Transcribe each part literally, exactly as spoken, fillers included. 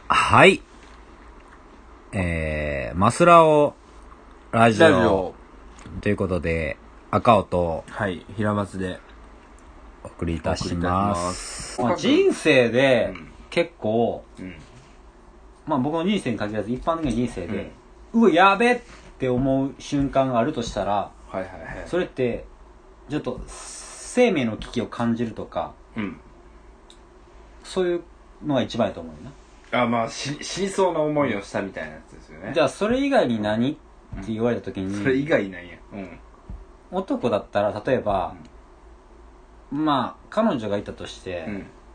はい。えー、マスラオラジオ。ラジオということで、赤尾と、 はい、平松でお送りいたします。 まあ、人生で、結構、うん、まあ僕の人生に限らず一般的な人生で、うん、うわ、やべって思う瞬間があるとしたら、 はいはいはい、 それって、ちょっと生命の危機を感じるとか、うん、そういうのが一番やと思うな。 あ、まあ死にそうな思いをしたみたいなやつですよね。 じゃあそれ以外に何って言われた時に、 うん、それ以外なんや、うん、 男だったら例えば、うん、まあ彼女がいたとして、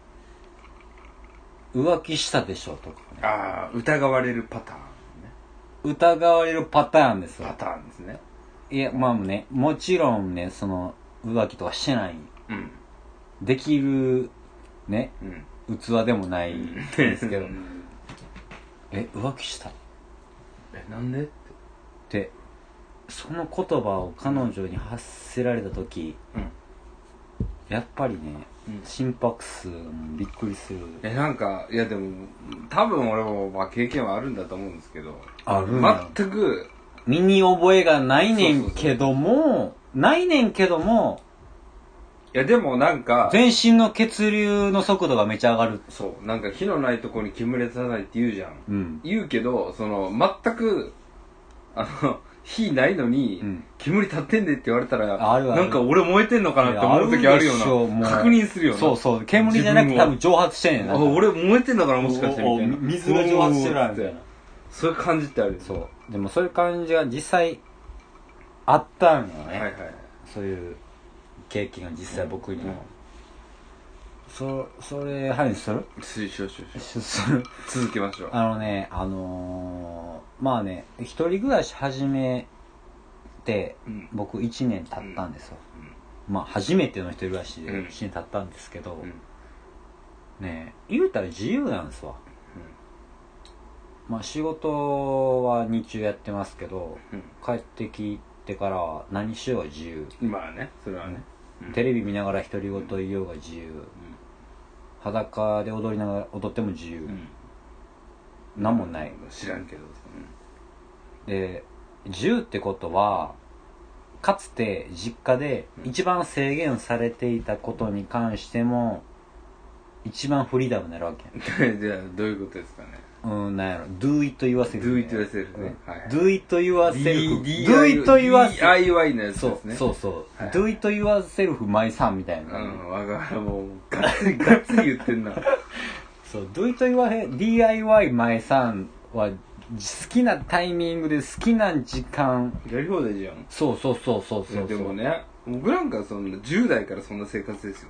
うん、浮気したでしょとか、ね、 ああ、疑われるパターンね。 疑われるパターンですよ。 パターンですね。 いや、まあね、もちろんね、その浮気とかしてない、うん、できるね、うん、器でもないんですけど、うん、え、浮気したえ、なんでってで、その言葉を彼女に発せられた時、うん、やっぱりね、うん、心拍数もびっくりする。 え、なんか、いやでも多分俺もまあ経験はあるんだと思うんですけど、 あるん全く身に覚えがないねんけども、そうそうそうないねんけども、 いやでもなんか全身の血流の速度がめちゃ上がる。 そう、なんか火のないとこに煙立たないって言うじゃん、うん、言うけど、その全くあの火ないのに、うん、煙立ってんでって言われたら、あるある、なんか俺燃えてんのかなって思う時あるような、確認するよな。 そうそう、煙じゃなくて多分蒸発してんねんな。 あ、俺燃えてんのかなもしかしてみたいな、 水が蒸発してるみたいな、 そういう感じってある。 そう、でもそういう感じが実際あったんよね、はいはい、そういう経験が実際僕にも、うん、そそれ話するししょしょしょする続けましょう。 あのね、あのー、まあね、一人暮らし始めて、うん、僕いちねん経ったんですよ、うん、まあ初めての一人暮らしでいちねん経ったんですけど、うん、ねえ、言うたら自由なんですわ、うん、まあ仕事は日中やってますけど、うん、帰ってきてから何しようが自由。 まあね、それはね、 うん、テレビ見ながら独り言言いようが自由、うん、裸で踊りながら踊っても自由、うん、なんもない、 知らんけど、 うん、で、自由ってことはかつて実家で一番制限されていたことに関しても一番フリーダムになるわけじゃあどういうことですかね。 うん、なんやろ、do it yourself、ね、 do it yourself ね、 はいはい、do it yourself、 D、do it yourself、 ディーアイワイ のやつですね。 そうそうそう、はい、do it yourself my son みたいな、 うん、わかる、もうガッツリガッツリ言ってんなそう、do it yourself、 ディーアイワイ my son は好きなタイミングで好きな時間やり放題じゃん。 そうそうそうそうそう。 でもね、僕なんかそんなじゅう代からそんな生活ですよ。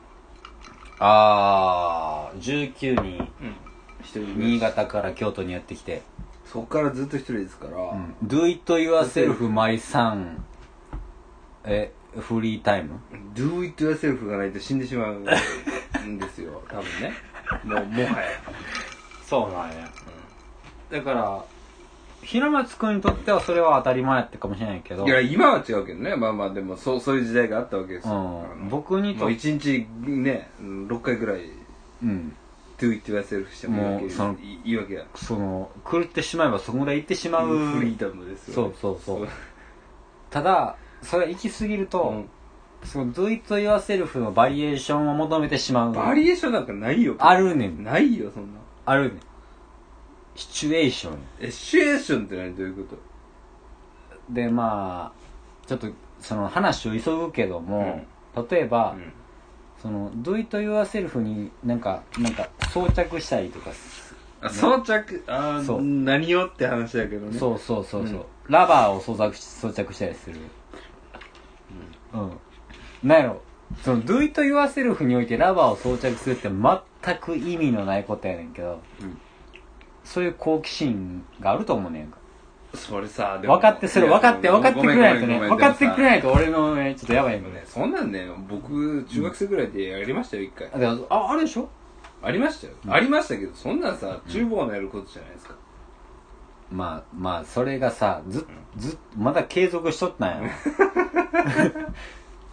あー、じゅうきゅうに、うん、新潟から京都にやってきて、 そこからずっと一人ですから、うん、 do it yourself my son、 え、フリータイム do it yourself がないと死んでしまうんですよ多分ね、もうもはやそうなんや、うん、だから平松くんにとってはそれは当たり前やったかもしれないけど、 いや今は違うけどね、まあまあでもそうそういう時代があったわけですよ、 うん、僕にとっていちにちねろっかいぐらい、うん、do it yourself してもいいわけです。いいわけや。 その狂ってしまえばそこぐらい行ってしまうフリーダムですよ、ね、 そうそうそう。ただそれ行き過ぎると、うん、その do it yourself のバリエーションを求めてしまう。 バリエーションなんかないよ。 あるねん。 ないよそんな。 あるねん。シチュエーション。 え、シチュエーションって何、どういうことで、まあちょっとその話を急ぐけども、うん、例えば、うん、その do it yourself になんかなんか装着したりとか、ね、 あ、装着、あ、そう、何よって話だけどね。 そうそうそうそう、うん、ラバーを装着装着したりする。うん、うん、なんやろ、その do it yourself においてラバーを装着するって全く意味のないことやねんけど、うん、そういう好奇心があると思うねんか。 それさ、 でも分かって、それ分かって分かってくれないとね、分かってくれないと俺のね、ちょっとやばいもんね。 そんなんね、僕中学生ぐらいでやりましたよ、一回。 あ、でも、あ、あれでしょ、 ありましたよ、うん、ありましたけど、そんなんさ、厨房のやることじゃないですか。 うん、まあまあそれがさ、ずずまだ継続しとったんや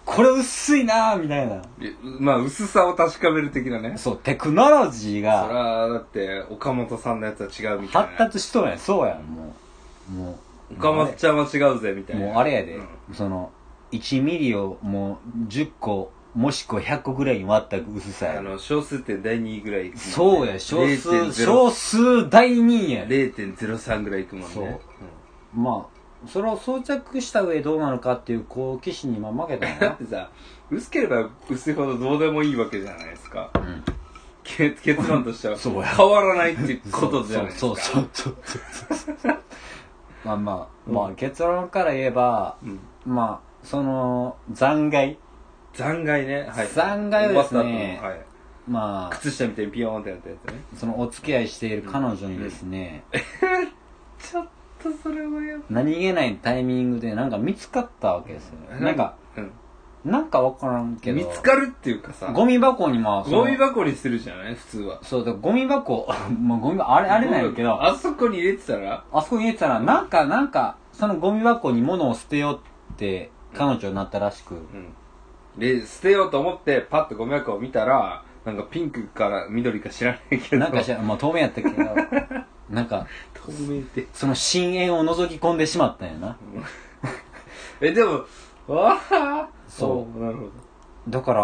これ薄いなーみたいな。 まあ薄さを確かめる的なね。 そう、テクノロジーが。 そら、だって、岡本さんのやつは違うみたいな。 発達しとるやん、そうやん、もう。もう。岡本ちゃんは違うぜ、みたいな。 もうあれやで、うん、その、いちミリをもうじゅっこ、もしくはひゃっこぐらいに割った薄さや。 あの、小数点だいにぐらいいく、ね。 そうや、小数、小数だいにや。 れいてんゼロさんぐらいいくもんね。そう。 うん、まあ、それを装着した上どうなのかっていう好奇心にまあ負けたんだってさ、薄ければ薄いほどどうでもいいわけじゃないですか。うん、結論としては変わらないっていうことじゃないですか。そうそうそうそうそう。 まあまあ、うん、まあ結論から言えば、うん、まあ、その、残骸。 残骸ね。はい。 残骸をですね、はい、まあ、 靴下みたいにピヨーンってやったやつね。 そのお付き合いしている彼女にですね、 うんうん、ちょっとそれはや何気ないタイミングでなんか見つかったわけですよ。なんか、うん、なんかわからんけど。 見つかるっていうかさ。 ゴミ箱にも。 ゴミ箱にするじゃない普通は。 そう、だゴミ箱、もうゴミ箱、あれ、あれなんやけど。 あそこに入れてたらあそこに入れてたら、なんか、なんか、そのゴミ箱に物を捨てようって彼女になったらしく。うん。 で、捨てようと思ってパッとゴミ箱を見たら、なんかピンクから緑か知らないけど。 なんか知らん、まあ透明やったけど。なんか、 透明って。 その深淵を覗き込んでしまったんやな。 え、でも、わあそう。なるほど。 だから、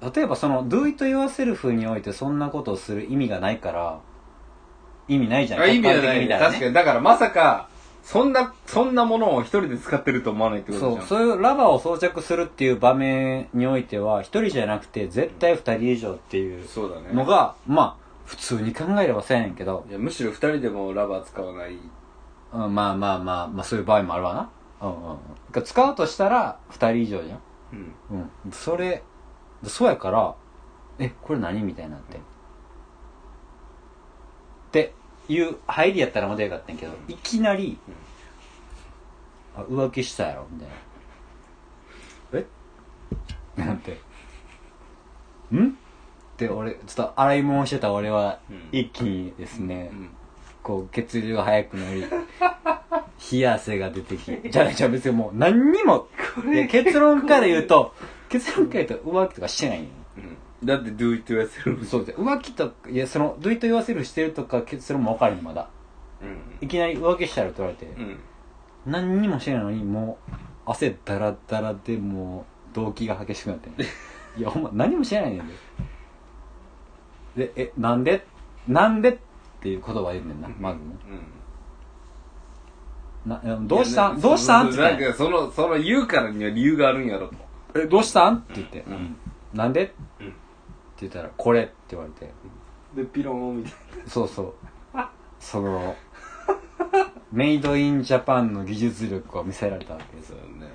例えばその、do it yourself においてそんなことをする意味がないから、意味ないじゃん。 意味はない。ね、確かに。だからまさか、そんな、そんなものを一人で使ってると思わないってことじゃん。 そう、そういうラバーを装着するっていう場面においては、一人じゃなくて絶対二人以上っていうのが、うん、まあ、普通に考えればそうやねんけど。 いや、むしろ二人でもラバー使わない。 うん、まあまあまあ、まあそういう場合もあるわな。うんうんうん。使うとしたら二人以上じゃん。うん。うん。それ、そうやから、え、これ何みたいになって。っていう入りやったらまだよかったんやけど、いきなり、うん、あ、浮気したやろみたいな。えなんて。んって俺、ちょっと洗い物してた俺は、一気にですね、うんうん、こう、血流が速くなり、冷や汗が出てき、じゃあじゃあ別にもう何にも、結論から言うと、結論から言うと浮気とかしてないんよ。 うん、だって do it yourself。 そうです。浮気とか、いや、その、do it yourselfしてるとか結論も分かるのまだ。うん、いきなり浮気したらって言われて、うん、何にもしてないのに、もう、汗ダラダラでもう、動悸が激しくなって。いや、ほんま、何もしてないねんで。で、え、なんでなんでっていう言葉言うねんな、まずね。うん、などうしたんどうしたんってなんか、その、その言うからには理由があるんやろと。 え、どうしたんって言って。うん、なんで、うん、って言ったら、これって言われて。 で、ピローンみたいな。そうそう。その、メイドインジャパンの技術力を見せられたわけですよね。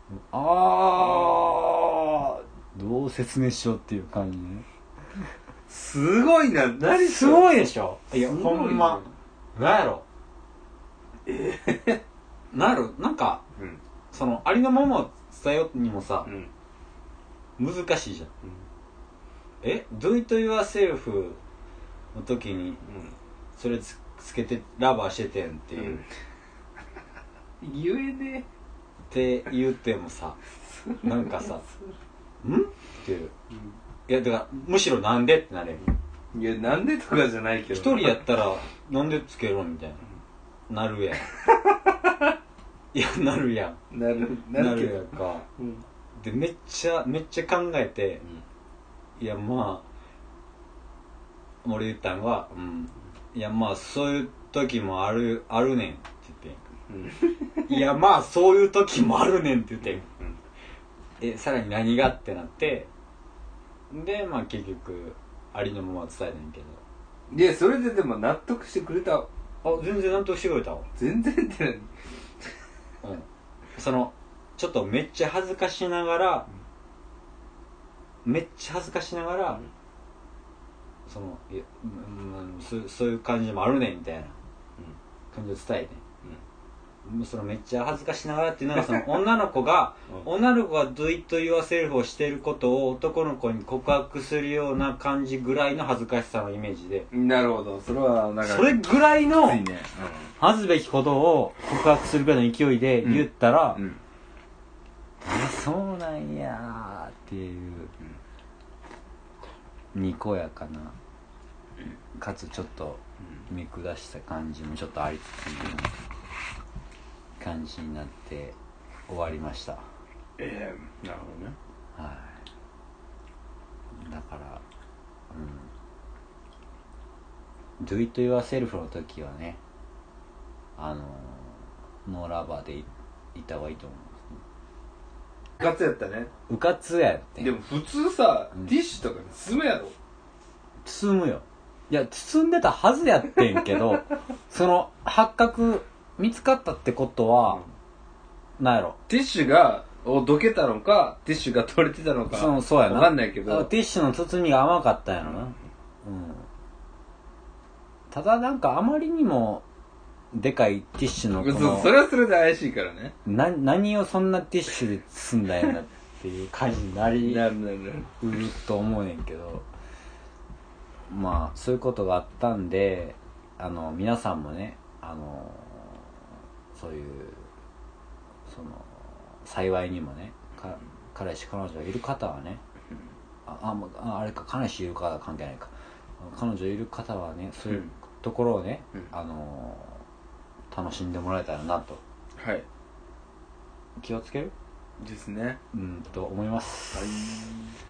あー、どう説明しようっていう感じね。 すごいな、 何すごいでしょ。いや、ほんま。なんやろ。えー、なんやろ、なんか、うん、その、ありのままを伝えようにもさ、うん、難しいじゃん。うん、え ?do it yourself の時に、うん、それつつけてラバーしててんっていう。 うん、言えねえ。って言ってもさ、なんかさ、んっていう。うん、いや、だから、むしろなんでってなれる。 いや、なんでとかじゃないけど。 一人やったら、なんでつけろみたいな。なるやん。いや、なるやん。なる、 なる, なるやんか、うん。で、めっちゃ、めっちゃ考えて、うん、いや、まあ、俺言ったんは、うん、いや、まあ、そういう時もある、あるねんって言って、うん、いや、まあ、そういう時もあるねんって言って、うん、え、さらに何がってなって、で、まあ結局、ありのまま伝えないけど。 いや、それででも納得してくれた。 あ、全然納得してくれたわ。 全然って何？うん。 その、ちょっとめっちゃ恥ずかしながら、うん、めっちゃ恥ずかしながら、うん、その、いや、うん、そ, そういう感じもあるねみたいな感じを伝えて。そのめっちゃ恥ずかしながらっていうのはその女の子が、うん、女の子が do it yourself をしていることを男の子に告白するような感じぐらいの恥ずかしさのイメージで。 なるほど。それはなんかそれぐらいの恥ずべきことを告白するぐらいの勢いで言ったら、うんうん、 えそうなんやーっていう、うん、にこやかな、うん、かつちょっと見下した感じもちょっとありつつの感じになって終わりました。 ええー、なるほどね。 はい、だからうん Do it yourself の時はね、あのノーラバーでいった方がいいと思いますね。 うかつやったね。 うかつやって。 でも普通さ、うん、ティッシュとかに包むやろ。 包むよ。いや包んでたはずやってんけどその発覚見つかったってことは、うん、なんやろ、 ティッシュがをどけたのかティッシュが取れてたのかそうそうやな、 分かんないけどティッシュの包みが甘かったんやろな、うん、うん、ただなんかあまりにもでかいティッシュのこのそ, それはそれで怪しいからね。 な何をそんなティッシュで包んだんやなっていう感じになりなるなるうると思うねんけど、まあそういうことがあったんで、あの皆さんもね、あのそういうその幸いにもね、か彼氏彼女がいる方はね、ああもうああれか、彼氏いる方は関係ないか、彼女いる方はね、そういうところをね、うん、あの楽しんでもらえたらなと、 はい、 気をつけるですね、 うんと思います。 はい。